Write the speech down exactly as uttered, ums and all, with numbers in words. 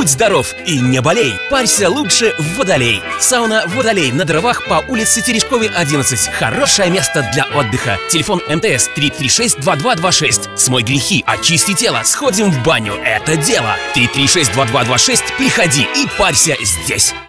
здоров и не болей. Парься лучше в Водолей. Сауна Водолей на дровах по улице Терешковой, одиннадцать. Хорошее место для отдыха. Телефон МТС три три шесть два два два шесть. Смой грехи, очисти тело, сходим в баню. Это дело. три три шесть два два два шесть. Приходи и парься здесь.